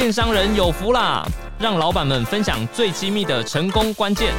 电商人有福啦！让老板们分享最机密的成功关键。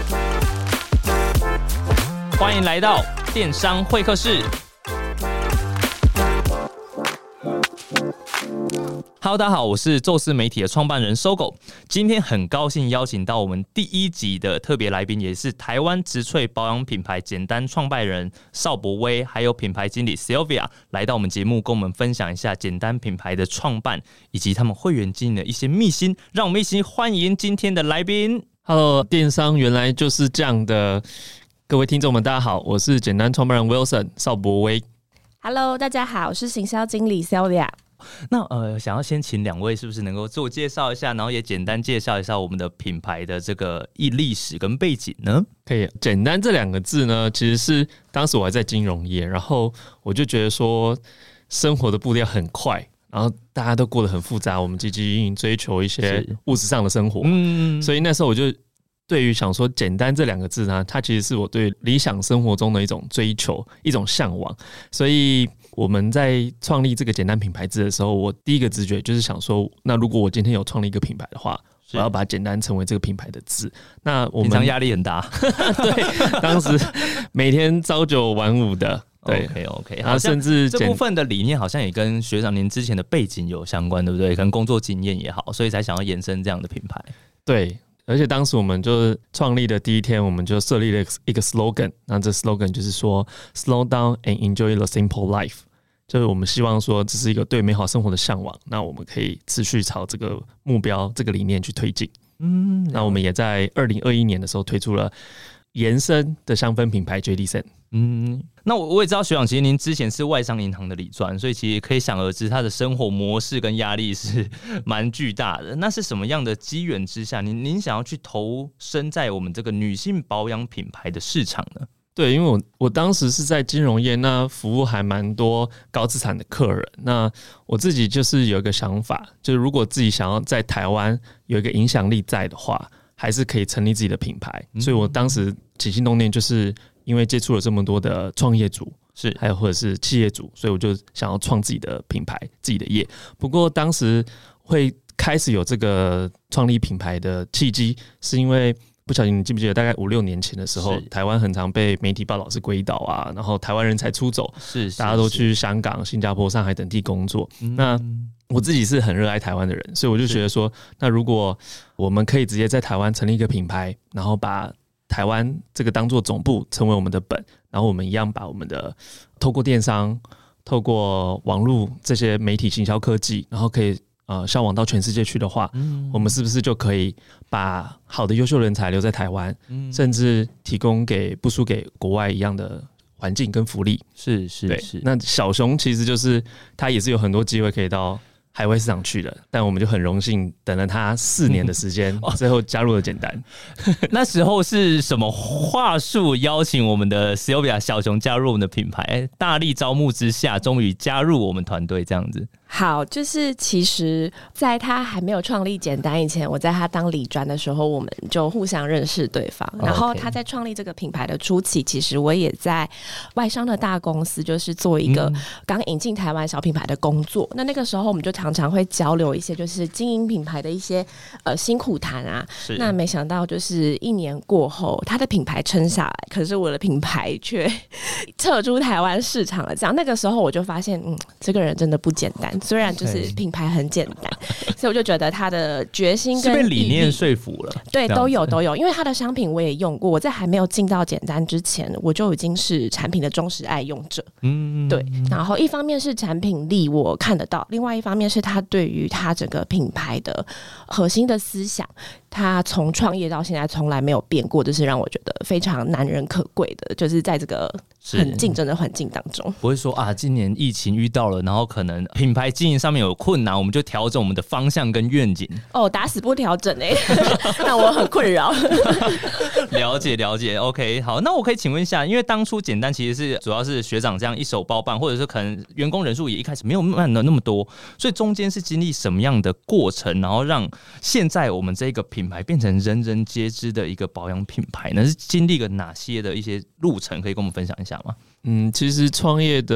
欢迎来到电商会客室。Hello， 大家好，我是宙斯媒体的创办人SoGo。今天很高兴邀请到我们第一集的特别来宾，也是台湾植萃保养品牌简单创办人邵博威，还有品牌经理 Sylvia 来到我们节目，跟我们分享一下简单品牌的创办以及他们会员经营的一些秘辛。让我们一起欢迎今天的来宾。 Hello， 电商原来就是这样的，各位听众们，大家好，我是简单创办人 Wilson 邵博威。 Hello， 大家好，我是行销经理 Sylvia。 那想要先请两位是不是能够自我介绍一下，然后也简单介绍一下我们的品牌的这个历史跟背景呢？ 可以，简单这两个字呢，其实是当时我还在金融业，然后我就觉得说生活的步调很快，然后大家都过得很复杂，我们积极营营追求一些物质上的生活，所以那时候我就对于想说简单这两个字呢，它其实是我对理想生活中的一种追求，一种向往。所以我们在创立这个简单品牌字的时候，我第一个直觉就是想说，那如果我今天有创立一个品牌的话，我要把简单成为这个品牌的字。那我们平常压力很大， 对，当时每天朝九晚五的。对 ，OK， 然后甚至这部分的理念好像也跟学长您之前的背景有相关，对不对？可能工作经验也好，所以才想要延伸这样的品牌。 对，而且当时我们就是创立的第一天，我们就设立了一个 slogan， 那这 slogan 就是说 Slow down and enjoy the simple life， 就是我们希望说这是一个对美好生活的向往，那我们可以持续朝这个目标、这个理念去推进。那我们也在2021年的时候推出了延伸的香氛品牌 JD Scent。 那我也知道学长，其实您之前是外商银行的理专，所以其实可以想而知，他的生活模式跟压力是蛮巨大的。那是什么样的机缘之下，您想要去投身在我们这个女性保养品牌的市场呢？ 对，因为我当时是在金融业，那服务还蛮多高资产的客人。那我自己就是有一个想法，就是如果自己想要在台湾有一个影响力在的话，还是可以成立自己的品牌。所以我当时起心动念就是因为接触了这么多的创业主，是还有或者是企业主，所以我就想要创自己的品牌、自己的业。不过当时会开始有这个创立品牌的契机，是因为不晓得你记不记得，大概5-6年前的时候，台湾很常被媒体报道是鬼岛啊，然后台湾人才出走，大家都去香港、新加坡、上海等地工作。那我自己是很热爱台湾的人，所以我就觉得说，那如果我们可以直接在台湾成立一个品牌，然后把台湾这个当作总部，成为我们的本，然后我们一样把我们的透过电商、透过网络这些媒体行销科技，然后可以销往到全世界去的话，我们是不是就可以把好的优秀人才留在台湾，甚至提供给不输给国外一样的环境跟福利？是。那小熊其实就是他也是有很多机会可以到海外市场去的，但我们就很荣幸等了他4年的时间，最后加入了简单。 那时候是什么话术邀请我们的 Sylvia 小熊加入我们的品牌？大力招募之下，终于加入我们团队这样子。 好，就是其实在他还没有创立简单以前，我在他当理专的时候，我们就互相认识对方。然后他在创立这个品牌的初期，其实我也在外商的大公司，就是做一个刚引进台湾小品牌的工作。那个时候我们就常常会交流一些就是经营品牌的一些辛苦谈啊。那没想到就是1年过后，他的品牌撑下来，可是我的品牌却撤出台湾市场了。这样那个时候我就发现，这个人真的不简单。虽然就是品牌很简单，所以我就觉得他的决心跟是被理念说服了。 对，都有，因为他的商品我也用过，我在还没有进到简单之前，我就已经是产品的忠实爱用者。对。然后一方面是产品力我看得到，另外一方面是他对于他整个品牌的核心的思想，他从创业到现在从来没有变过，这是让我觉得非常难能可贵的，就是在这个很竞争的环境当中， 不会说今年疫情遇到了，然后可能品牌经营上面有困难，我们就调整我们的方向跟愿景。 打死不调整让我很困扰。 了解 OK， 好，那我可以请问一下，因为当初简单其实是主要是学长这样一手包办，或者是可能员工人数也一开始没有慢的那么多，所以中间是经历什么样的过程，然后让现在我们这个品牌变成人人皆知的一个保养品牌呢？是经历了哪些的一些路程，可以跟我们分享一下吗？ 其实创业的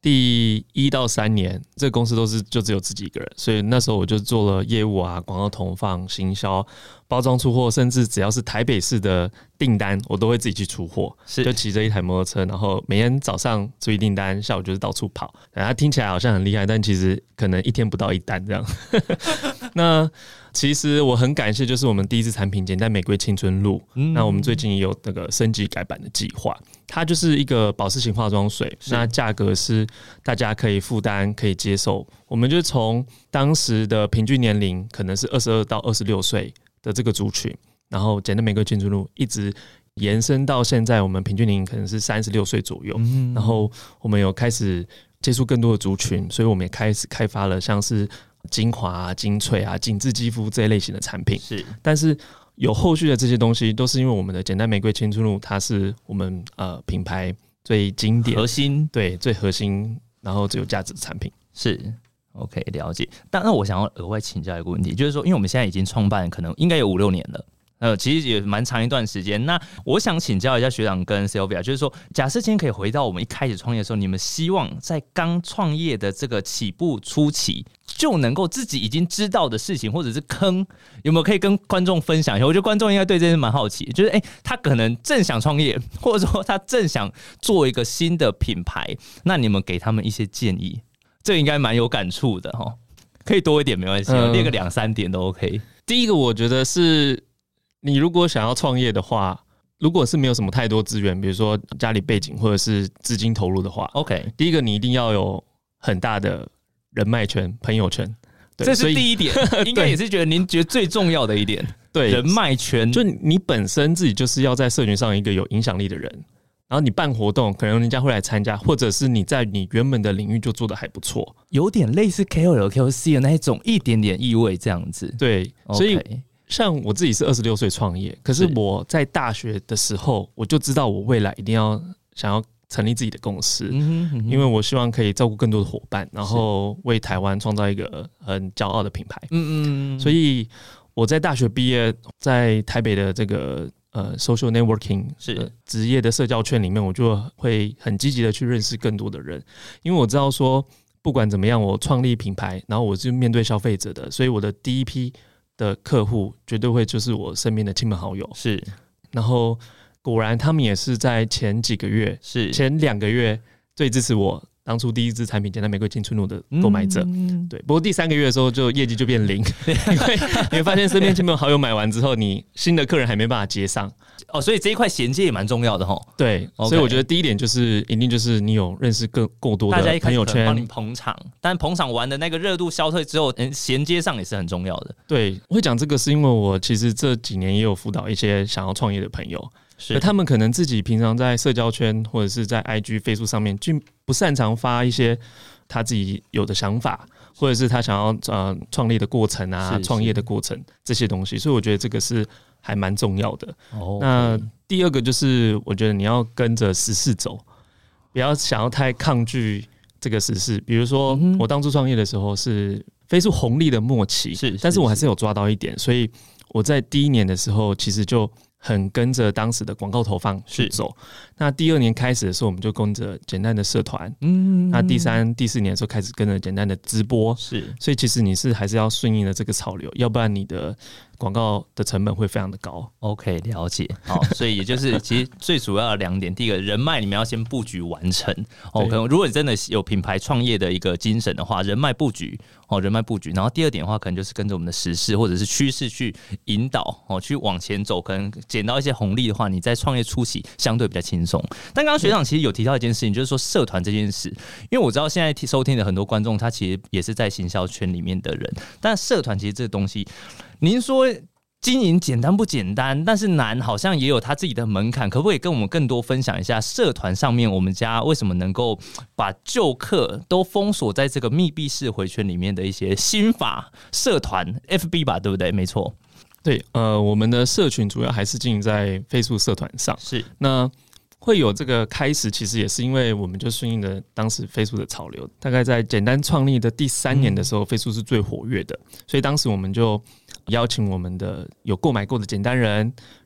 第1到3年，这个公司就只有自己一个人，所以那时候我就做了业务啊、广告投放、行销、包装出货，甚至只要是台北市的订单，我都会自己去出货，就骑着一台摩托车，然后每天早上注意订单，下午就是到处跑。它听起来好像很厉害，但其实可能1天不到1单这样。那其实我很感谢，就是我们第一支产品简单玫瑰青春露，那我们最近也有那个升级改版的计划。它就是一个保湿型化妆水，那价格是大家可以负担、可以接受。我们就从当时的平均年龄可能是22到26岁的这个族群，然后简单玫瑰青春露一直延伸到现在，我们平均年龄可能是36岁左右。然后我们有开始接触更多的族群，所以我们也开始开发了像是精华啊、精粹啊、紧致肌肤这一类型的产品。但是有后续的这些东西，都是因为我们的简单玫瑰青春露，它是我们品牌最经典、 核心， 对，最核心，然后最有价值的产品。 是 OK， 了解。但那我想要额外请教一个问题，就是说，因为我们现在已经创办，可能应该有5-6年了。其实也蛮长一段时间。那我想请教一下学长跟 Sylvia， 就是说，假设今天可以回到我们一开始创业的时候，你们希望在刚创业的这个起步初期，就能够自己已经知道的事情，或者是坑，有没有可以跟观众分享一下？我觉得观众应该对这件事蛮好奇，就是他可能正想创业，或者说他正想做一个新的品牌，那你们给他们一些建议，这应该蛮有感触的哈。可以多一点没关系，列个2-3点都 OK。 第一个，我觉得是，你如果想要创业的话，如果是没有什么太多资源，比如说家里背景或者是资金投入的话 ，OK， 第一个你一定要有很大的人脉圈、朋友圈， 这是第一点，应该也是觉得您觉得最重要的一点。对，人脉圈， 就你本身自己就是要在社群上一个有影响力的人，然后你办活动，可能人家会来参加，或者是你在你原本的领域就做得还不错， 有点类似 KOL、KOC 的那一种一点点意味这样子。 对，所以像我自己是26岁创业，可是我在大学的时候我就知道我未来一定要想要成立自己的公司，因为我希望可以照顾更多的伙伴，然后为台湾创造一个很骄傲的品牌。所以我在大学毕业，在台北的这个social networking 是职业的社交圈里面，我就会很积极的去认识更多的人，因为我知道说不管怎么样，我创立品牌，然后我是面对消费者的，所以我的第一批的客户绝对会就是我身边的亲朋好友。是，然后果然他们也是在前几个月，是前2个月最支持我当初第一支产品简单玫瑰青春露的购买者。对，不过第3个月的时候就业绩就变0，因为你会发现身边亲朋好友买完之后，你新的客人还没办法接上。 所以这一块衔接也蛮重要的齁。 对，所以我觉得第一点就是一定就是你有认识够多的朋友圈，大家一开始帮你捧场，但捧场完的那个热度消退之后，衔接上也是很重要的。 对，我会讲这个是因为我其实这几年也有辅导一些想要创业的朋友。是，他们可能自己平常在社交圈或者是在 IG、Facebook 上面就不擅长发一些他自己有的想法，或者是他想要创立的过程啊、创业的过程这些东西，所以我觉得这个是还蛮重要的。那第二个就是我觉得你要跟着时事走，不要想要太抗拒这个时事。比如说我当初创业的时候是Facebook红利的末期，但是我还是有抓到一点，所以我在第1年的时候其实就很跟着当时的广告投放去走。那第2年开始的时候，我们就跟着简单的社团。那第3、第4年的时候开始跟着简单的直播。是，所以其实你还是要顺应了这个潮流，要不然你的广告的成本会非常的高。 OK， 了解。好，所以也就是其实最主要的2点，第一个人脉你们要先布局完成。可能如果你真的有品牌创业的一个精神的话，人脉布局。人脉布局。然后第2点的话，可能就是跟着我们的时事或者是趋势去引导，去往前走。可能捡到一些红利的话，你在创业初期相对比较轻松。但刚刚学长其实有提到一件事情，就是说社团这件事，因为我知道现在收听的很多观众，他其实也是在行销圈里面的人，但社团其实这个东西，您说经营简单不简单，但是难好像也有它自己的门槛，可不可以跟我们更多分享一下社团上面我们家为什么能够把旧客都封锁在这个密闭式回圈里面的一些心法？社团 FB 吧，对不对？没错。 对，我们的社群主要还是经营在 Facebook 社团上。是，那会有这个开始，其实也是因为我们就顺应了当时 Facebook 的潮流。大概在简单创立的第3年的时候，Facebook 是最活跃的，所以当时我们就邀请我们的有购买过的简单人，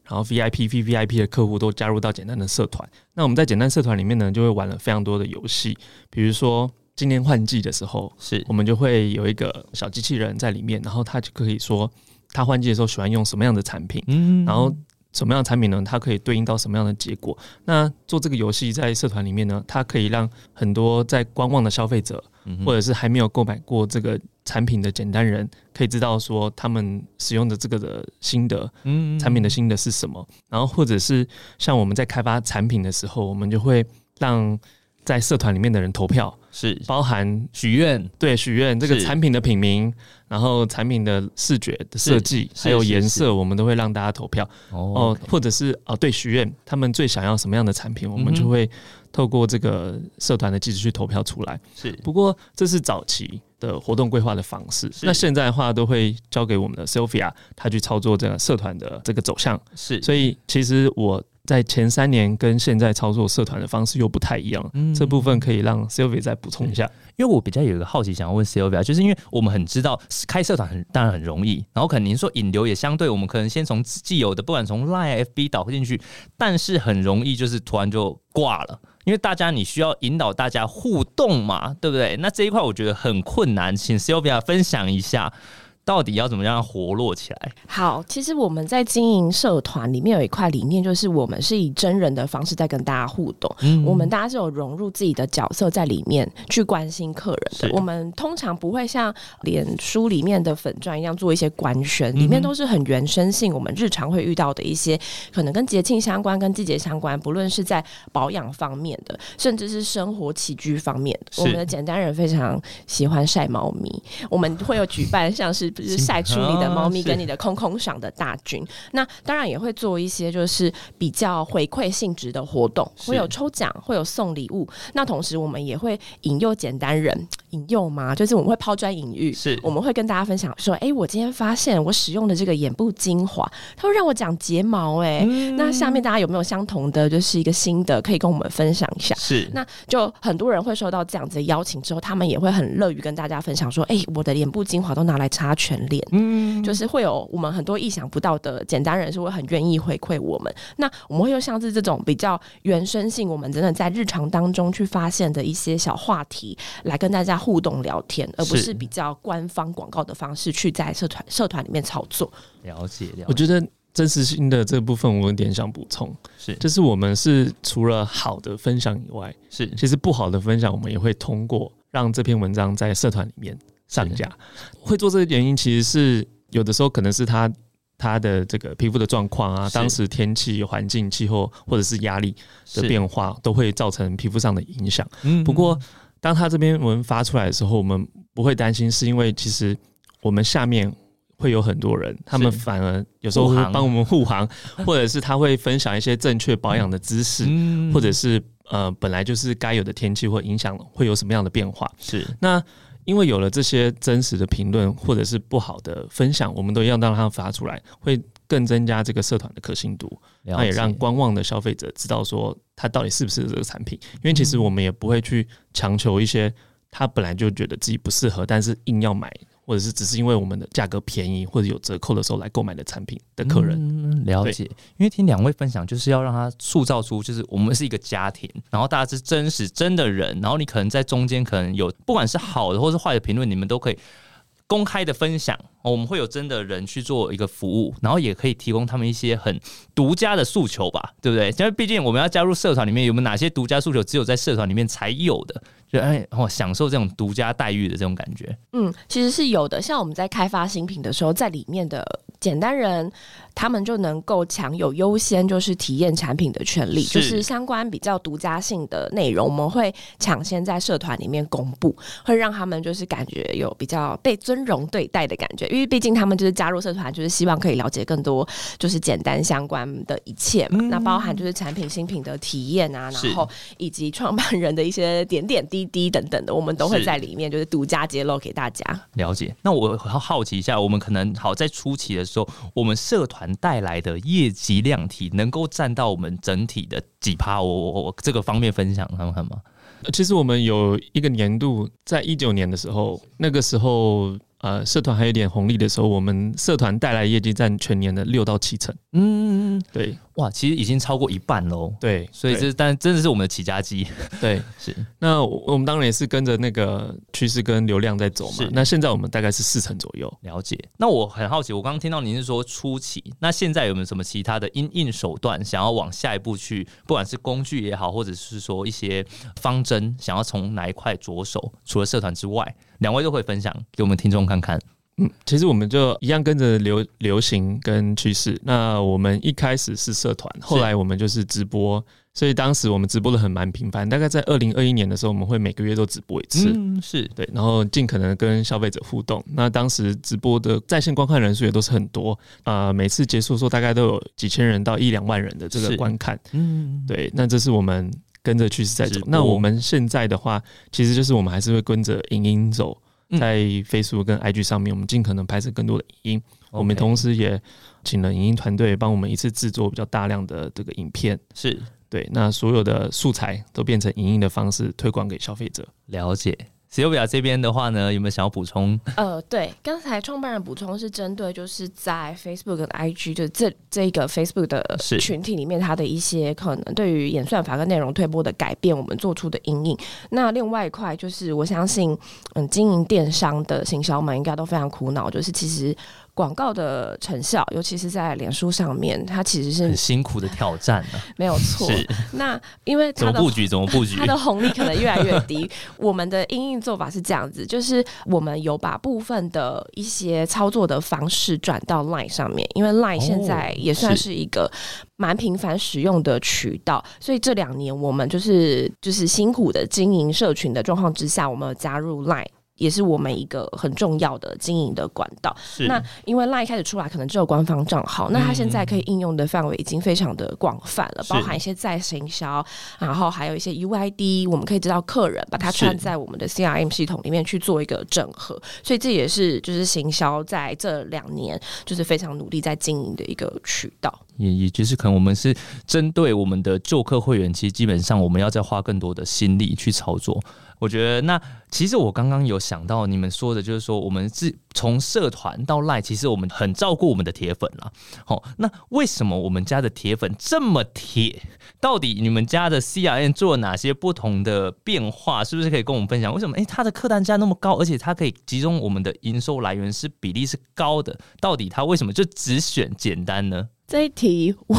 然后 VIP、VVIP 的客户都加入到简单的社团。那我们在简单社团里面呢，就会玩了非常多的游戏，比如说今年换季的时候，我们就会有一个小机器人在里面，然后他就可以说他换季的时候喜欢用什么样的产品，然后什么样的产品呢，它可以对应到什么样的结果。那做这个游戏在社团里面呢，它可以让很多在观望的消费者，或者是还没有购买过这个产品的简单人，可以知道说他们使用的这个的心得，产品的心得是什么。然后或者是像我们在开发产品的时候，我们就会让在社团里面的人投票， 是包含许愿， 对，许愿这个产品的品名，然后产品的视觉的设计，还有颜色，我们都会让大家投票。或者是对，许愿他们最想要什么样的产品，我们就会透过这个社团的机制去投票出来。 是， 不过这是早期的活动规划的方式，那现在的话都会交给我们的 Sylvia 她去操作这个社团的这个走向。 是， 所以其实我在前3年跟现在操作社团的方式又不太一样，这部分可以让 Sylvia 再补充一下。 因为我比较有一个好奇想要问 Sylvia， 就是因为我们很知道开社团当然很容易，然后可能您说引流也相对，我们可能先从既有的不管从 Line、FB 导进去，但是很容易就是突然就挂了。因为大家你需要引导大家互动嘛，对不对？那这一块我觉得很困难，请 Sylvia 分享一下到底要怎么样活络起来。 好，其实我们在经营社团里面有一块理念，就是我们是以真人的方式在跟大家互动，我们大家是有融入自己的角色在里面去关心客人的。我们通常不会像脸书里面的粉专一样做一些官宣，里面都是很原生性，我们日常会遇到的一些可能跟节庆相关、跟季节相关，不论是在保养方面的，甚至是生活起居方面的。我们的简单人非常喜欢晒猫咪，我们会有举办像是就是晒出你的猫咪跟你的空空赏的大军，那当然也会做一些就是比较回馈性质的活动，会有抽奖，会有送礼物。那同时我们也会引诱简单人，引诱嘛，就是我们会抛砖引玉，我们会跟大家分享说，我今天发现我使用的这个眼部精华，它会让我长睫毛，那下面大家有没有相同的就是一个心得可以跟我们分享一下？ 是， 那就很多人会收到这样子的邀请之后，他们也会很乐于跟大家分享说，我的眼部精华都拿来擦全脸，就是会有我们很多意想不到的简单人是会很愿意回馈我们。那我们会用像是这种比较原生性，我们真的在日常当中去发现的一些小话题来跟大家互动聊天，而不是比较官方广告的方式去在社团里面操作。 了解。 我觉得真实性的这部分我有点想补充，就是我们是除了好的分享以外，其实不好的分享我们也会通过让这篇文章在社团里面上架。会做这个原因其实是有的时候可能是他的这个皮肤的状况啊，当时天气、环境、气候或者是压力的变化都会造成皮肤上的影响。不过当他这篇文发出来的时候，我们不会担心，是因为其实我们下面会有很多人，他们反而有时候会帮我们护航，或者是他会分享一些正确保养的知识，或者是本来就是该有的天气或影响会有什么样的变化。那因为有了这些真实的评论或者是不好的分享，我们都要让它发出来，会更增加这个社团的可信度，那也让观望的消费者知道说他到底是不是这个产品。因为其实我们也不会去强求一些他本来就觉得自己不适合，但是硬要买，或者是只是因为我们的价格便宜或者有折扣的时候来购买的产品的客人。 了解。因为听两位分享，就是要让他塑造出就是我们是一个家庭，然后大家是真实真的人，然后你可能在中间可能有不管是好的或是坏的评论，你们都可以公开的分享，我们会有真的人去做一个服务，然后也可以提供他们一些很独家的诉求吧，对不对？因为毕竟我们要加入社团里面，有没有哪些独家诉求只有在社团里面才有的，就享受这种独家待遇的这种感觉。 其实是有的。像我们在开发新品的时候，在里面的简单人他们就能够享有优先就是体验产品的权利，就是相关比较独家性的内容我们会抢先在社团里面公布，会让他们就是感觉有比较被尊荣对待的感觉。因为毕竟他们就是加入社团就是希望可以了解更多就是简单相关的一切嘛，那包含就是产品新品的体验啊，然后以及创办人的一些点点滴滴等等的，我们都会在里面就是独家揭露给大家。 了解。那我好奇一下，我们可能好在初期的时候，我们社团带来的业绩量体能够占到我们整体的几%？我这个方面分享看看吗？ 其实我们有一个年度，在19年的时候，那个时候社团还有点红利的时候，我们社团带来的业绩占全年的6到7成。对， 哇，其实已经超过一半喽。 对， 所以但真的是我们的起家鸡。 对，是。那我们当然也是跟着那个趋势跟流量在走嘛。那现在我们大概是4成左右。 了解。那我很好奇，我刚刚听到您是说初期，那现在有没有什么其他的因应手段，想要往下一步去，不管是工具也好，或者是说一些方针，想要从哪一块着手？除了社团之外，两位都会分享给我们听众看看。 其实我们就一样跟着流行跟趋势。那我们一开始是社团，后来我们就是直播，所以当时我们直播的很蛮频繁。大概在2021年的时候，我们会每个月都直播一次， 是对，然后尽可能跟消费者互动。那当时直播的在线观看人数也都是很多，每次结束的时候大概都有几千人到1-2万人的这个观看。对，那这是我们跟着趋势在走。那我们现在的话，其实就是我们还是会跟着影音走。在 Facebook 跟 IG 上面，我们尽可能拍摄更多的影音。我们同时也请了影音团队帮我们一次制作比较大量的这个影片。 是， 对，那所有的素材都变成影音的方式推广给消费者。 了解。Sylvia 这边的话呢，有没有想要补充？ 对，刚才创办人补充是针对就是在 Facebook 跟 IG 就这一个 Facebook 的群体里面，它的一些可能对于演算法跟内容推播的改变，我们做出的因应。那另外一块就是我相信，经营电商的行销们应该都非常苦恼，就是其实广告的成效，尤其是在脸书上面，它其实是很辛苦的挑战啊， 没有错。那因为它的怎么布局， 它的红利可能越来越低。我们的因应做法是这样子，就是我们有把部分的一些操作的方式转到 LINE 上面，因为 LINE 现在也算是一个蛮频繁使用的渠道，所以这2年我们就是辛苦的经营社群的状况之下，我们有加入 LINE。也是我们一个很重要的经营的管道。那因为 LINE 开始出来可能只有官方账号，那它现在可以应用的范围已经非常的广泛了，包含一些再行销，然后还有一些 UID， 我们可以知道客人，把它串在我们的 CRM 系统里面去做一个整合，所以这也是就是行销在这2年就是非常努力在经营的一个渠道。 也就是可能我们是针对我们的旧客会员，其实基本上我们要再花更多的心力去操作。我觉得那其实我刚刚有想到你们说的，就是说我们是从社团到 LINE， 其实我们很照顾我们的铁粉啦。那为什么我们家的铁粉这么铁？到底你们家的 CRM 做了哪些不同的变化？是不是可以跟我们分享？为什么它的客单价那么高，而且它可以集中我们的营收来源是比例是高的？到底它为什么就只选简单呢？ 这一题我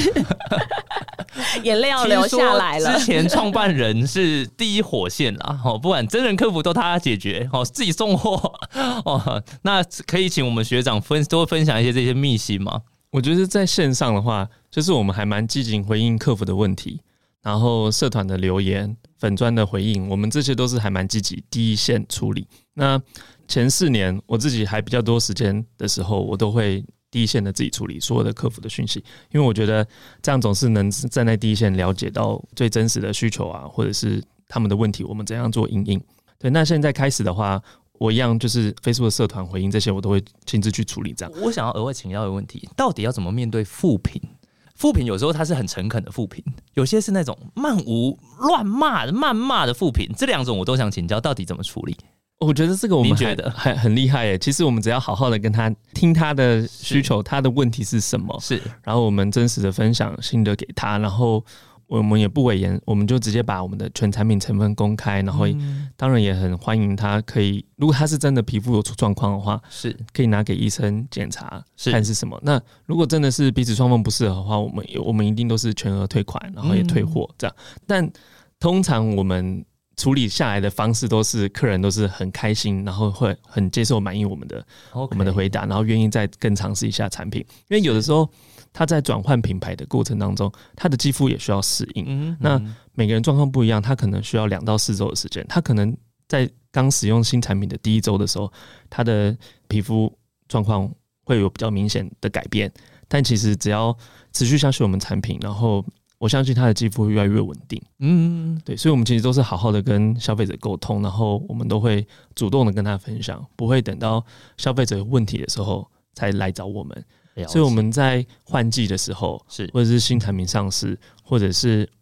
眼泪要流下来了。 之前创办人是第一火线啦，不管真人客服都他解决，自己送货。那可以请我们学长多分享一些这些秘辛吗？ 我觉得在线上的话，就是我们还蛮积极回应客服的问题，然后社团的留言、粉专的回应，我们这些都是还蛮积极第一线处理。那前4年我自己还比较多时间的时候，我都会第一线的自己处理所有的客服的讯息，因为我觉得这样总是能站在第一线了解到最真实的需求啊，或者是他们的问题，我们怎样做因应。对，那现在开始的话，我一样就是 Facebook 的社团回应这些，我都会亲自去处理。这样， 我想要额外请教的问题，到底要怎么面对负评？负评有时候它是很诚恳的负评，有些是那种漫无乱骂的谩骂的负评，这2种我都想请教，到底怎么处理？ 我觉得这个我们觉得很厉害耶。其实我们只要好好的跟他听他的需求，他的问题是什么， 是，然后我们真实的分享心得给他，然后我们也不讳言，我们就直接把我们的全产品成分公开，然后当然也很欢迎他可以，如果他是真的皮肤有出状况的话， 是可以拿给医生检查看是什么。那如果真的是彼此双方不适合的话，我们一定都是全额退款，然后也退货这样。但通常我们处理下来的方式都是客人都是很开心，然后会很接受满意我们的回答，然后愿意再更尝试一下产品。因为有的时候他在转换品牌的过程当中，他的肌肤也需要适应。那每个人状况不一样，他可能需要2到4周的时间。他可能在刚使用新产品的第1周的时候，他的皮肤状况会有比较明显的改变，但其实只要持续相信我们产品，然后我相信他的肌肤会越来越稳定。对，所以我们其实都是好好的跟消费者沟通，然后我们都会主动的跟他分享，不会等到消费者有问题的时候才来找我们。所以我们在换季的时候，或者是新产品上市，或者是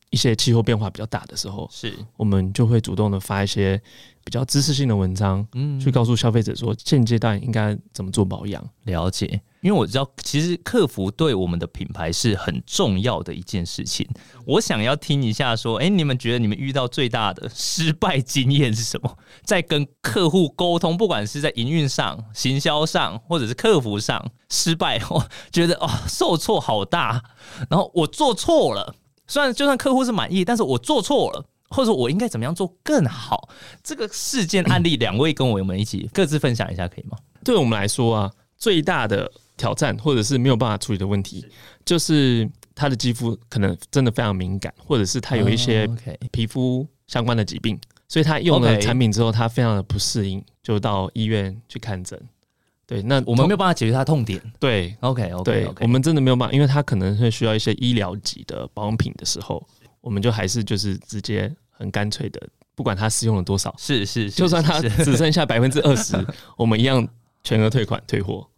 一些气候变化比较大的时候， 是我们就会主动的发一些比较知识性的文章，去告诉消费者说现阶段应该怎么做保养。 了解，因为我知道其实客服对我们的品牌是很重要的一件事情。我想要听一下说，你们觉得你们遇到最大的失败经验是什么？在跟客户沟通，不管是在营运上、行销上，或者是客服上失败，我觉得受挫好大，然后我做错了。虽然就算客户是满意，但是我做错了，或者我应该怎么样做更好？这个事件案例，两位跟我们一起各自分享一下，可以吗？ 对我们来说啊，最大的挑战或者是没有办法处理的问题，就是他的肌肤可能真的非常敏感，或者是他有一些皮肤相关的疾病，所以他用了产品之后，他非常的不适应，就到医院去看诊。对，那我们没有办法解决他的痛点。 对 ，OK， 对，我们真的没有办法，因为他可能会需要一些医疗级的保养品的时候，我们就还是就是直接很干脆的，不管他使用了多少， 是， 就算他只剩下20%，我们一样全额退款退货。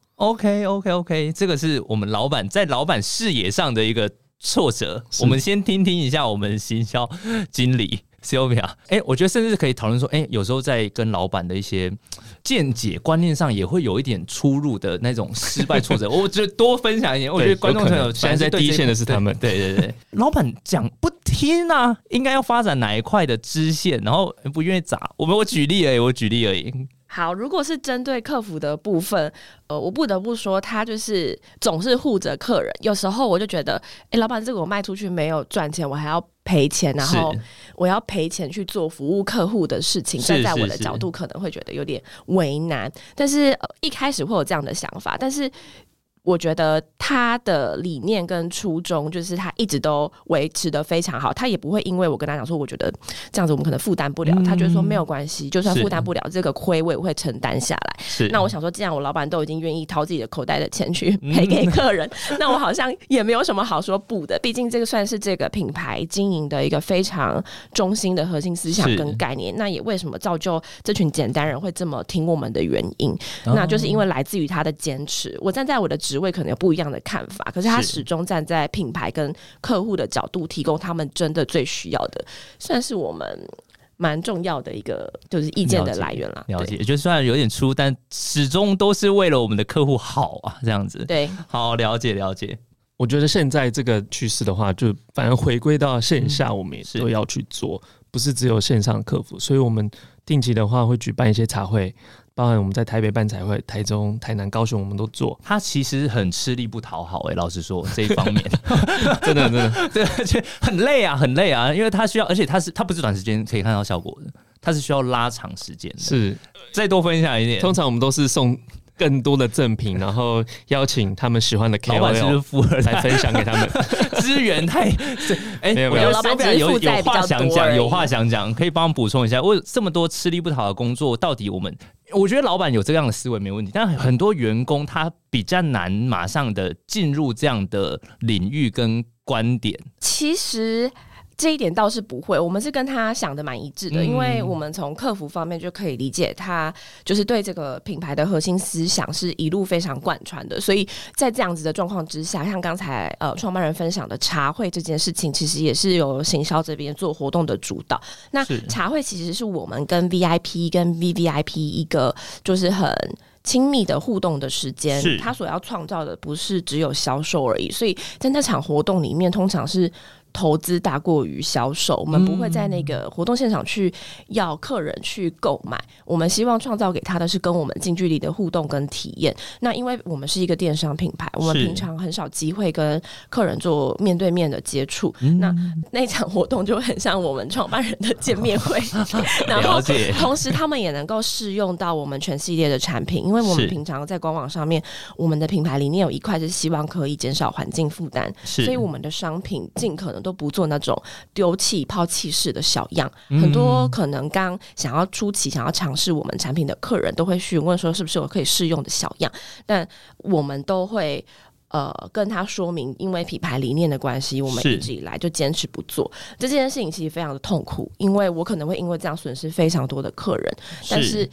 OK， 这个是我们老板在老板视野上的一个挫折。我们先听一下我们行销经理 Sylvia， 我觉得甚至可以讨论说，有时候在跟老板的一些见解观念上也会有一点出入的那种失败挫折。我觉得多分享一点，我觉得观众朋友现在在第一线的是他们。 对，老板讲不听啊，应该要发展哪一块的支线，然后不愿意砸。我举例而已。 好，如果是针对客服的部分，我不得不说，他就是总是护着客人。有时候我就觉得，老板，这个我卖出去没有赚钱，我还要赔钱，然后我要赔钱去做服务客户的事情，站在我的角度可能会觉得有点为难。但是一开始会有这样的想法，但是我觉得他的理念跟初衷就是他一直都维持得非常好，他也不会因为我跟他讲说我觉得这样子我们可能负担不了，他觉得说没有关系，就算负担不了这个亏我也会承担下来。那我想说既然我老板都已经愿意掏自己的口袋的钱去赔给客人，那我好像也没有什么好说不的，毕竟这个算是这个品牌经营的一个非常中心的核心思想跟概念，那也为什么造就这群简单人会这么听我们的原因，那就是因为来自于他的坚持。我站在我的职位可能有不一样的看法，可是他始终站在品牌跟客户的角度，提供他们真的最需要的，算是我们蛮重要的一个就是意见的来源啦。 了解，就虽然有点出，但始终都是为了我们的客户好啊，这样子。 对， 好，了解。 我觉得现在这个趋势的话，就反而回归到线下，我们也都要去做，不是只有线上客服。所以我们定期的话会举办一些茶会，包含我们在台北办茶会、台中、台南、高雄，我们都做。 他其实很吃力不讨好，老实说这一方面， 真的， 对，很累啊，因为他需要，而且他不是短时间可以看到效果的，他是需要拉长时间的。 是， 再多分享一点。 通常我们都是送更多的赠品，然后邀请他们喜欢的 KOL 老板是不是富二代来分享给他们， 资源太没有， 我觉得老板只是负债比较多， 有话想讲，可以帮我补充一下。为这么多吃力不讨好的工作，到底我觉得老板有这样的思维没问题，但很多员工他比较难马上的进入这样的领域跟观点。 其实这一点倒是不会，我们是跟他想的蛮一致的，因为我们从客服方面就可以理解他就是对这个品牌的核心思想是一路非常贯穿的，所以在这样子的状况之下，像刚才创办人分享的茶会这件事情，其实也是由行销这边做活动的主导。那茶会其实是我们跟 VIP 跟 VVIP 一个就是很亲密的互动的时间，他所要创造的不是只有销售而已，所以在那场活动里面通常是投资大过于销售，我们不会在那个活动现场去要客人去购买，我们希望创造给他的是跟我们近距离的互动跟体验。那因为我们是一个电商品牌，我们平常很少机会跟客人做面对面的接触，那场活动就很像我们创办人的见面会然后同时他们也能够试用到我们全系列的产品，因为我们平常在官网上面，我们的品牌理念有一块是希望可以减少环境负担，所以我们的商品尽可能都不做那种丢弃抛弃式的小样，很多可能刚想要初期想要尝试我们产品的客人都会询问说是不是我可以试用的小样，但我们都会跟他说明，因为品牌理念的关系，我们一直以来就坚持不做这件事情，其实非常的痛苦，因为我可能会因为这样损失非常多的客人，但是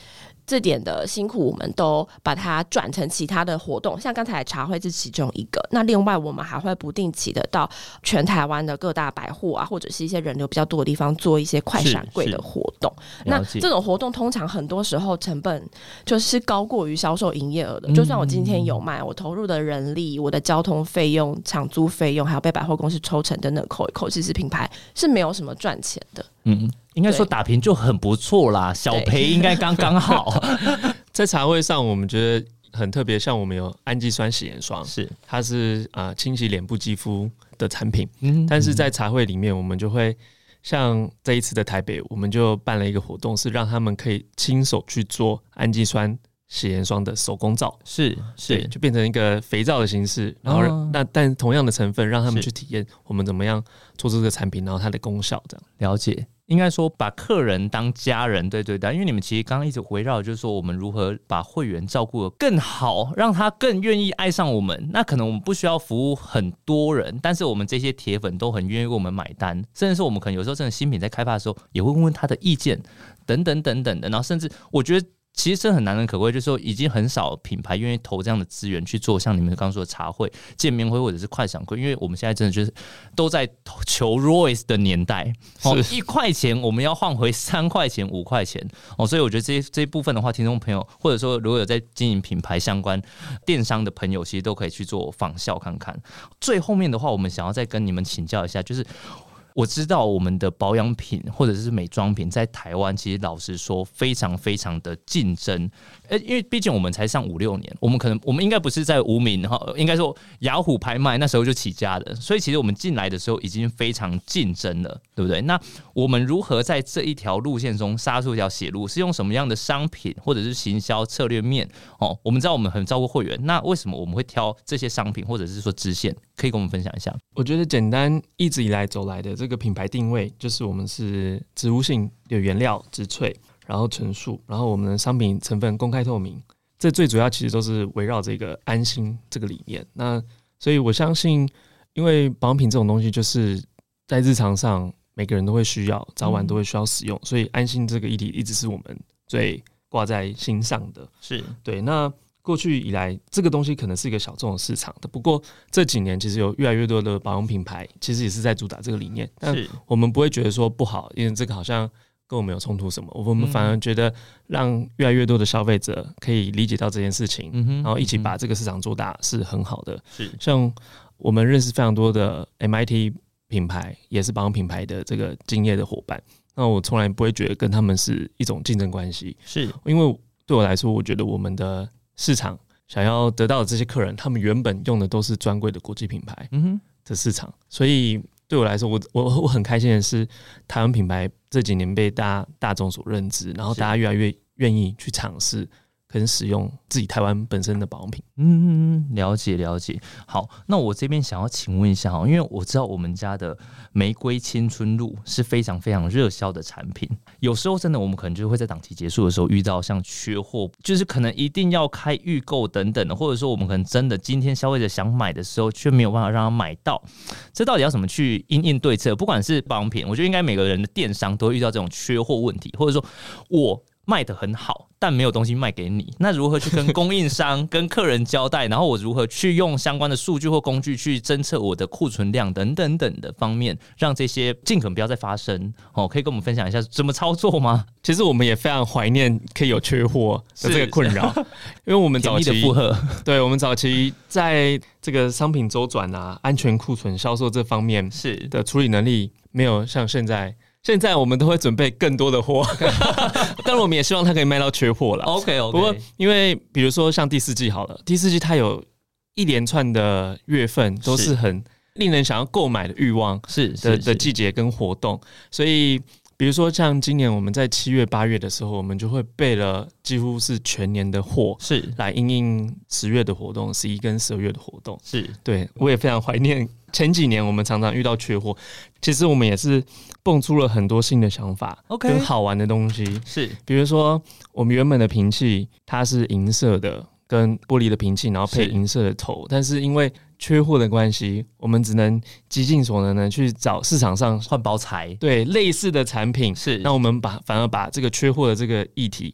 这点的辛苦，我们都把它转成其他的活动，像刚才茶会是其中一个。那另外我们还会不定期的到全台湾的各大百货啊，或者是一些人流比较多的地方做一些快闪柜的活动。那这种活动通常很多时候成本就是高过于销售营业额的。就算我今天有卖，我投入的人力、我的交通费用、场租费用，还有被百货公司抽成等等扣一扣，其实品牌是没有什么赚钱的。 应该说打平就很不错啦，小赔应该刚刚好。 在茶会上，我们觉得很特别，像我们有氨基酸洗颜霜， 是它是清洗脸部肌肤的产品，但是在茶会里面，我们就会像这一次的台北，我们就办了一个活动，是让他们可以亲手去做氨基酸洗颜霜的手工皂， 是就变成一个肥皂的形式，然后但同样的成分，让他们去体验我们怎么样做这个产品，然后它的功效这样。 了解。应该说把客人当家人对待，因为你们其实刚刚一直围绕就是说我们如何把会员照顾得更好，让他更愿意爱上我们。那可能我们不需要服务很多人，但是我们这些铁粉都很愿意为我们买单，甚至是我们可能有时候真的新品在开发的时候也会问问他的意见等等等等的，然后甚至我觉得其实这很难能可贵，就是说已经很少品牌愿意投这样的资源去做像你们刚刚说的茶会、见面会或者是快闪会，因为我们现在真的就是都在求 ROAS 的年代，1块钱我们要换回3块钱、5块钱所以我觉得这一部分的话，听众朋友或者说如果有在经营品牌相关电商的朋友，其实都可以去做仿效看看。最后面的话，我们想要再跟你们请教一下，就是我知道我们的保养品或者是美妆品在台湾其实老实说非常非常的竞争，因为毕竟我们才上5-6年，我们应该不是在无名，应该说雅虎拍卖那时候就起家的，所以其实我们进来的时候已经非常竞争了，对不对？那我们如何在这一条路线中杀出一条血路？是用什么样的商品或者是行销策略面？我们知道我们很照顾会员，那为什么我们会挑这些商品或者是说支线？可以跟我们分享一下？我觉得简单一直以来走来的这个品牌定位，就是我们是植物性有原料、植萃，然后纯素，然后我们的商品成分公开透明，这最主要其实都是围绕这个安心这个理念。那所以我相信，因为保养品这种东西就是在日常上每个人都会需要，早晚都会需要使用，所以安心这个议题一直是我们最挂在心上的。 是对。那过去以来，这个东西可能是一个小众的市场的，不过这几年其实有越来越多的保养品牌，其实也是在主打这个理念。但我们不会觉得说不好，因为这个好像跟我们有冲突什么，我们反而觉得让越来越多的消费者可以理解到这件事情，然后一起把这个市场做大是很好的。 是像我们认识非常多的 MIT 品牌，也是保养品牌的这个竞业的伙伴，那我从来不会觉得跟他们是一种竞争关系， 是因为对我来说，我觉得我们的市场想要得到的这些客人，他们原本用的都是专柜的国际品牌的市场，所以对我来说，我很开心的是，台湾品牌这几年被大众所认知，然后大家越来越愿意去尝试跟使用自己台湾本身的保养品。 了解了解。好，那我这边想要请问一下，因为我知道我们家的玫瑰青春露是非常非常热销的产品，有时候真的我们可能就会在档期结束的时候遇到像缺货，就是可能一定要开预购等等的，或者说我们可能真的今天消费者想买的时候却没有办法让他买到，这到底要怎么去因应对策？不管是保养品，我觉得应该每个人的电商都会遇到这种缺货问题，或者说我卖得很好，但没有东西卖给你，那如何去跟供应商、跟客人交代？然后我如何去用相关的数据或工具去侦测我的库存量等等等的方面，让这些尽可能不要再发生？可以跟我们分享一下怎么操作吗？ 其实我们也非常怀念可以有缺货的这个困扰，因为我们早期的负荷， 对我们早期在这个商品周转啊、安全库存、销售这方面的处理能力没有像现在。现在我们都会准备更多的货，当然我们也希望它可以卖到缺货了。 OK， 不过因为比如说像第4季好了，第4季它有一连串的月份都是很令人想要购买的欲望的季节跟活动，所以比如说像今年我们在7月、8月的时候，我们就会备了几乎是全年的货， 是来因应10月的活动、11跟12月的活动。 是对，我也非常怀念前几年我们常常遇到缺货，其实我们也是蹦出了很多新的想法，跟好玩的东西。 是， 比如说我们原本的瓶器它是银色的，跟玻璃的瓶器，然后配银色的头，但是因为缺货的关系，我们只能极尽所能的去找市场上换包材， 对类似的产品。 是， 那我们反而把这个缺货的这个议题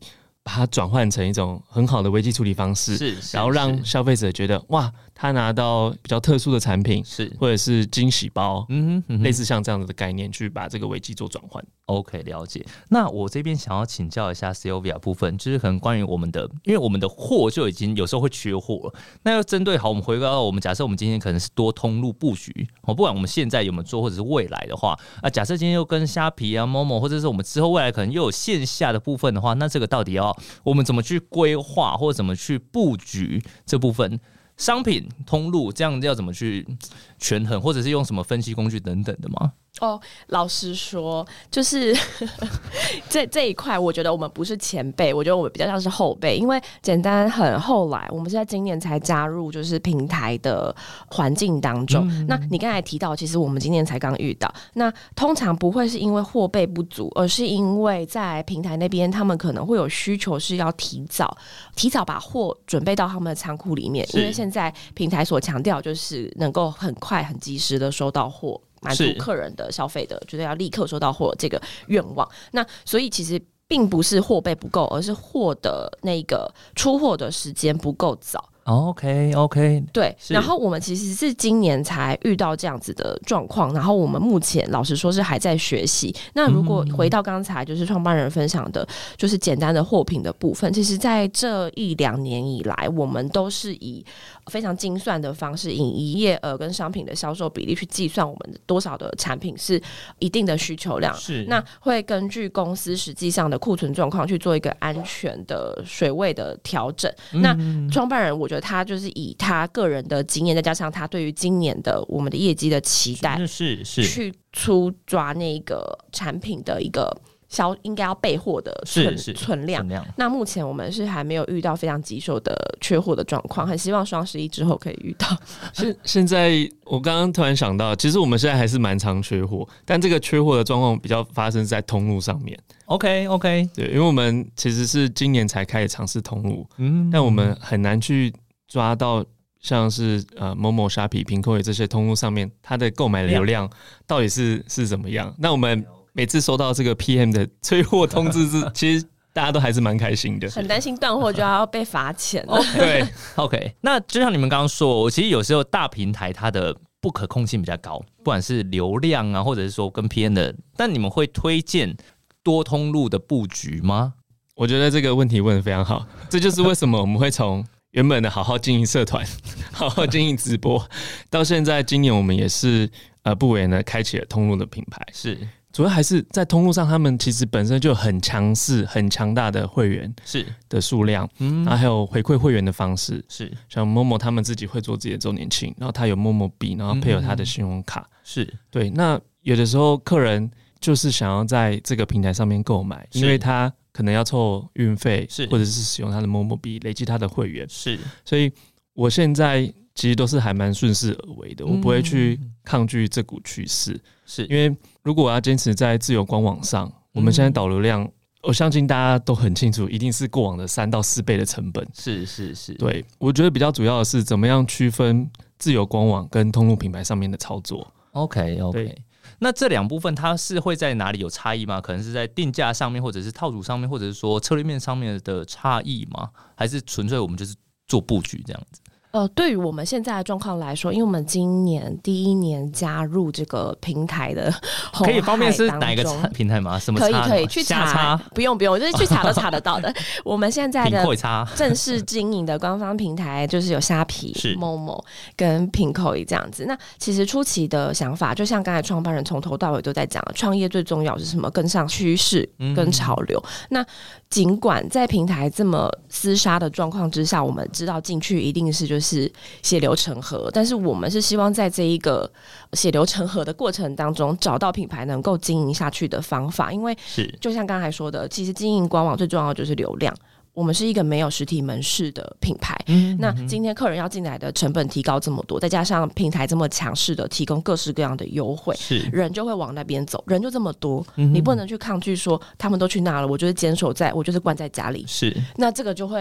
把它转换成一种很好的危机处理方式，然后让消费者觉得哇，他拿到比较特殊的产品，或者是惊喜包，类似像这样子的概念，去把这个危机做转换。 OK， 了解。那我这边想要请教一下 Sylvia 部分，就是可能关于我们的，因为我们的货就已经有时候会缺货了。那要针对好，我们回到我们假设我们今天可能是多通路布局，不管我们现在有没有做，或者是未来的话，假设今天又跟虾皮啊、Momo， 或者是我们之后未来可能又有线下的部分的话，那这个到底要我们怎么去规划，或者怎么去布局这部分？商品通路这样要怎么去权衡，或者是用什么分析工具等等的吗？ 老实说，就是这一块，我觉得我们不是前辈，我觉得我们比较像是后辈，因为简单很后来，我们是在今年才加入就是平台的环境当中。那你刚才提到，其实我们今年才刚遇到，那通常不会是因为货备不足，而是因为在平台那边，他们可能会有需求是要提早把货准备到他们的仓库里面，因为现在平台所强调就是能够很快很及时的收到货。满足客人的消费的，就是要立刻收到货这个愿望。那所以其实并不是货备不够，而是货的那个出货的时间不够早。 OK， 对。然后我们其实是今年才遇到这样子的状况，然后我们目前老实说是还在学习。那如果回到刚才就是创办人分享的，就是简单的货品的部分，其实在这1-2年以来，我们都是以非常精算的方式，以营业额跟商品的销售比例去计算我们多少的产品是一定的需求量。 是， 那会根据公司实际上的库存状况去做一个安全的水位的调整。那创办人我觉得他就是以他个人的经验，再加上他对于今年的我们的业绩的期待， 是去出抓那个产品的一个应该要备货的存量。那目前我们是还没有遇到非常棘手的缺货的状况，很希望双11之后可以遇到。 现在我刚刚突然想到，其实我们现在还是蛮常缺货，但这个缺货的状况比较发生在通路上面。 OK， 对， 因为我们其实是今年才开始尝试通路，但我们很难去抓到像是Momo、虾皮、平扣这些通路上面，它的购买流量到底是怎么样？那我们每次收到这个 PM 的催货通知，其实大家都还是蛮开心的， 很担心断货就要被罚钱。 对 ，OK。那就像你们刚刚说，其实有时候大平台它的不可控性比较高，不管是流量啊，或者是说跟 PM 的，但你们会推荐多通路的布局吗？ 我觉得这个问题问得非常好，这就是为什么我们会从原本的好好经营社团、好好经营直播，到现在今年我们也是不为呢开启了通路的品牌。 是， 主要还是在通路上，他们其实本身就很强势、很强大的会员是的数量，然后还有回馈会员的方式， 是像 Momo 他们自己会做自己的周年庆，然后他有 Momo 币，然后配合他的信用卡， 是对。那有的时候客人就是想要在这个平台上面购买，因为他可能要凑运费，或者是使用他的 Momo 币累积他的会员， 是。 所以我现在其实都是还蛮顺势而为的，我不会去抗拒这股趋势， 是因为如果我要坚持在自由官网上，我们现在导流量，我相信大家都很清楚，一定是过往的3到4倍的成本。 是， 对，我觉得比较主要的是怎么样区分自由官网跟通路品牌上面的操作。 OK， 那这2部分它是会在哪里有差异吗？可能是在定价上面，或者是套组上面，或者是说策略面上面的差异吗？还是纯粹我们就是做布局这样子？ 对于我们现在的状况来说，因为我们今年第1年加入这个平台的红海当中， 可以方便是哪一个平台吗？什么可以去查，不用，就是去查都查得到的。我们现在的正式经营的官方平台就是有虾皮、Momo 跟平扣这样子。那其实初期的想法，就像刚才创办人从头到尾都在讲，创业最重要是什么？跟上趋势跟潮流。那尽管在平台这么厮杀的状况之下，我们知道进去一定是就是血流成河，但是我们是希望在这一个血流成河的过程当中，找到品牌能够经营下去的方法。因为就像刚才说的，其实经营官网最重要的就是流量。我们是一个没有实体门市的品牌，那今天客人要进来的成本提高这么多，再加上平台这么强势的提供各式各样的优惠，人就会往那边走，人就这么多，你不能去抗拒说他们都去那了，我就是坚守在，我就是关在家里， 是， 那这个就会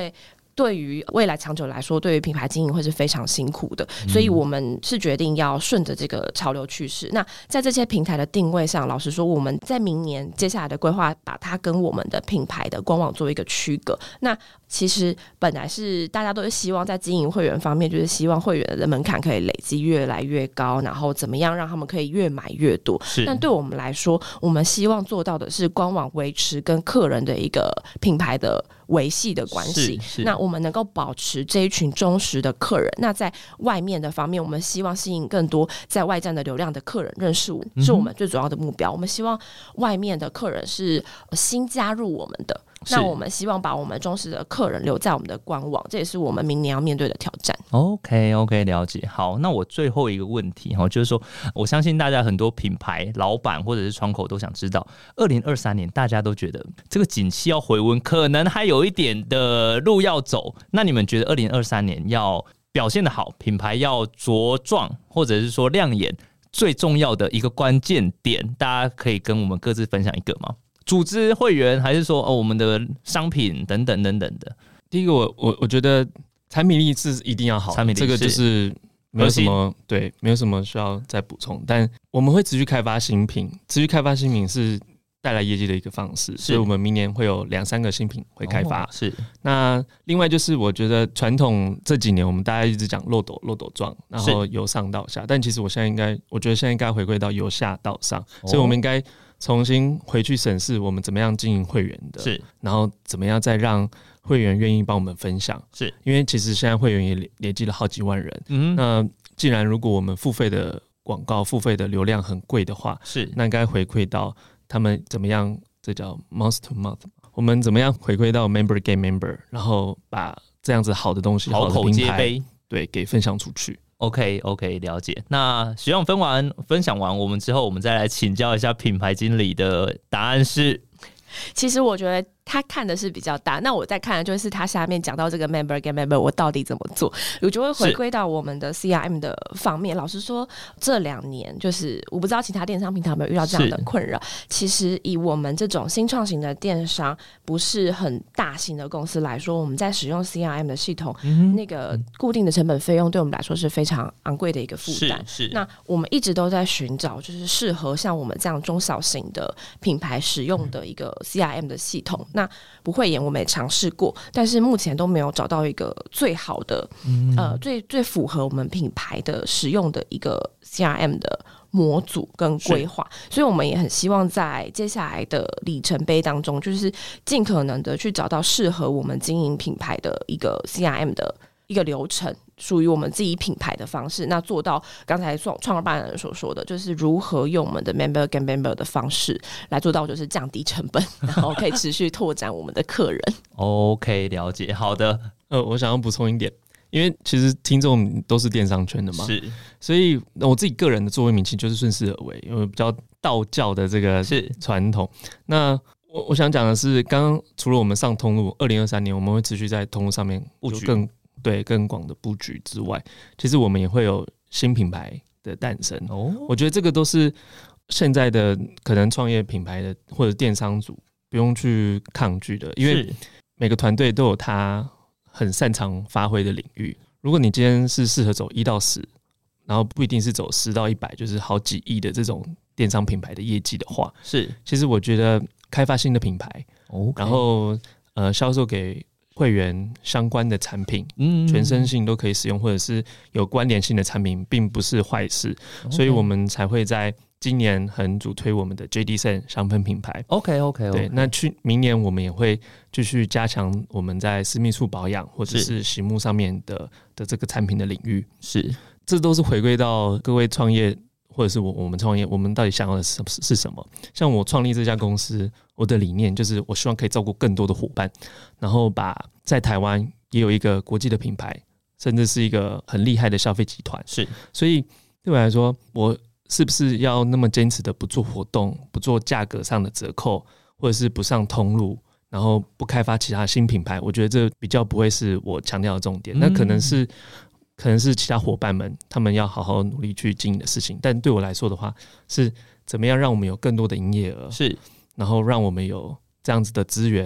对于未来长久来说，对于品牌经营会是非常辛苦的，所以我们是决定要顺着这个潮流趋势。那在这些平台的定位上，老实说，我们在明年接下来的规划，把它跟我们的品牌的官网做一个区隔。那其实本来是大家都是希望在经营会员方面，就是希望会员的门槛可以累积越来越高，然后怎么样让他们可以越买越多。但对我们来说，我们希望做到的是官网维持跟客人的一个品牌的维系的关系。那我们能够保持这一群忠实的客人。那在外面的方面，我们希望吸引更多在外站的流量的客人认识我们，是我们最主要的目标。我们希望外面的客人是新加入我们的。那我们希望把我们忠实的客人留在我们的官网，这也是我们明年要面对的挑战。 OK， 了解。好，那我最后一个问题就是说，我相信大家很多品牌老板或者是窗口都想知道，2023年大家都觉得这个景气要回温，可能还有一点的路要走。那你们觉得2023年要表现得好，品牌要茁壮，或者是说亮眼，最重要的一个关键点，大家可以跟我们各自分享一个吗？组织会员，还是说我们的商品等等等等的？ 第一个我觉得产品力是一定要好，这个就是没有什么对，没有什么需要再补充。但我们会持续开发新品，持续开发新品是带来业绩的一个方式，所以我们明年会有2-3个新品会开发。 是。 那另外就是我觉得传统这几年我们大家一直讲漏斗状，然后由上到下，但其实我觉得现在应该回归到由下到上，所以我们应该重新回去审视我们怎么样经营会员的， 是， 然后怎么样再让会员愿意帮我们分享， 是因为其实现在会员也累积了好几万人，那既然如果我们付费的广告、付费的流量很贵的话， 是， 那应该回馈到他们怎么样，这叫 month to month， 我们怎么样回馈到 member get member， 然后把这样子好的东西、好的品牌，对，给分享出去。 OK， 了解。那希望分享完我们之后，我们再来请教一下品牌经理的答案是。 其实我觉得他看的是比较大，那我在看的就是他下面讲到这个 member get member 我到底怎么做，我就会回归到我们的 CRM 的方面。老实说这2年就是我不知道其他电商平台有没有遇到这样的困扰，其实以我们这种新创型的电商不是很大型的公司来说，我们在使用 CRM 的系统，那个固定的成本费用对我们来说是非常昂贵的一个负担。 是那我们一直都在寻找就是适合像我们这样中小型的品牌使用的一个 CRM 的系统。那不会演我们也尝试过，但是目前都没有找到一个最好的最符合我们品牌的使用的一个 CRM 的模组跟规划，所以我们也很希望在接下来的里程碑当中，就是尽可能的去找到适合我们经营品牌的一个 CRM 的一个流程，属于我们自己品牌的方式，那做到刚才创办人所说的，就是如何用我们的 member get member 的方式来做到就是降低成本，然后可以持续拓展我们的客人。 OK， 了解。好的。 我想要补充一点，因为其实听众都是电商圈的嘛， 是， 所以我自己个人的座右铭其实就是顺势而为，因为比较道教的这个传统。那我想讲的是，刚刚除了我们上通路，2023年我们会持续在通路上面布局更广的布局之外，其实我们也会有新品牌的诞生。我觉得这个都是现在的可能创业品牌的或者电商组不用去抗拒的，因为每个团队都有他很擅长发挥的领域。如果你今天是适合走1到10，然后不一定是走10到100，就是好几亿的这种电商品牌的业绩的话，其实我觉得开发新的品牌，然后销售给会员相关的产品，全身性都可以使用，或者是有关联性的产品，并不是坏事，所以我们才会在今年很主推我们的 JD.Scent 香氛品牌。 OK， 对，那明年我们也会继续加强我们在私密处保养或者是洗沐上面的这个产品的领域。这都是回归到各位创业或者是我们创业，我们到底想要的是什么？像我创立这家公司，我的理念就是我希望可以照顾更多的伙伴，然后把在台湾也有一个国际的品牌，甚至是一个很厉害的消费集团。所以对我来说，我是不是要那么坚持的不做活动，不做价格上的折扣，或者是不上通路，然后不开发其他新品牌？我觉得这比较不会是我强调的重点。那可能是其他伙伴们他们要好好努力去经营的事情，但对我来说的话，是怎么样让我们有更多的营业额，然后让我们有这样子的资源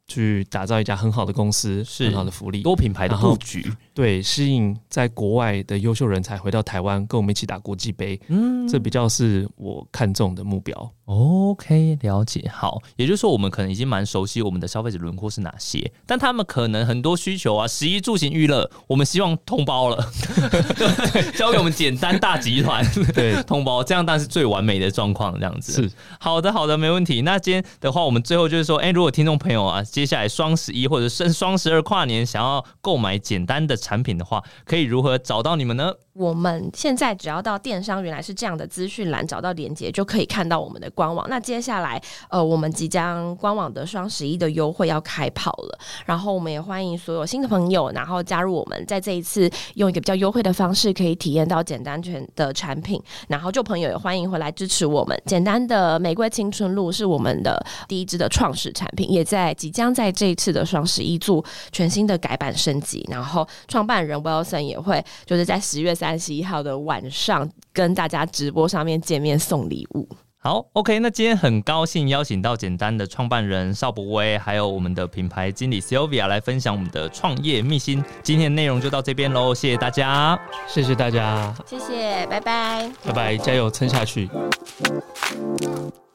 去打造一家很好的公司，很好的福利， 多品牌的布局， 对，吸引在国外的优秀人才回到台湾，跟我们一起打国际杯。这比较是我看中的目标。 OK， 了解。好，也就是说我们可能已经蛮熟悉我们的消费者轮廓是哪些，但他们可能很多需求啊，食衣住行娱乐，我们希望通包了，交给我们简单大集团，对，通包，这样当然是最完美的状况，这样子。 是， 好的，没问题。那今天的话，我们最后就是说，如果听众朋友啊，接下来双11或者是双12跨年想要购买简单的产品的话，可以如何找到你们呢？ 我们现在只要到电商原来是这样的资讯栏找到连结，就可以看到我们的官网。那接下来我们即将官网的双11的优惠要开跑了，然后我们也欢迎所有新的朋友，然后加入我们，在这一次用一个比较优惠的方式可以体验到简单全的产品，然后旧朋友也欢迎回来支持我们。简单的玫瑰青春露是我们的第一支的创始产品，也即将在这一次的双11做全新的改版升级，然后创办人 Wilson 也会就是在10月31号的晚上跟大家直播上面见面送礼物。 好 ，OK， 那今天很高兴邀请到简单的创办人邵博威，还有我们的品牌经理 Sylvia 来分享我们的创业秘辛。今天的内容就到这边喽，谢谢大家， 谢谢大家， 谢谢，拜拜， 拜拜，加油，撑下去。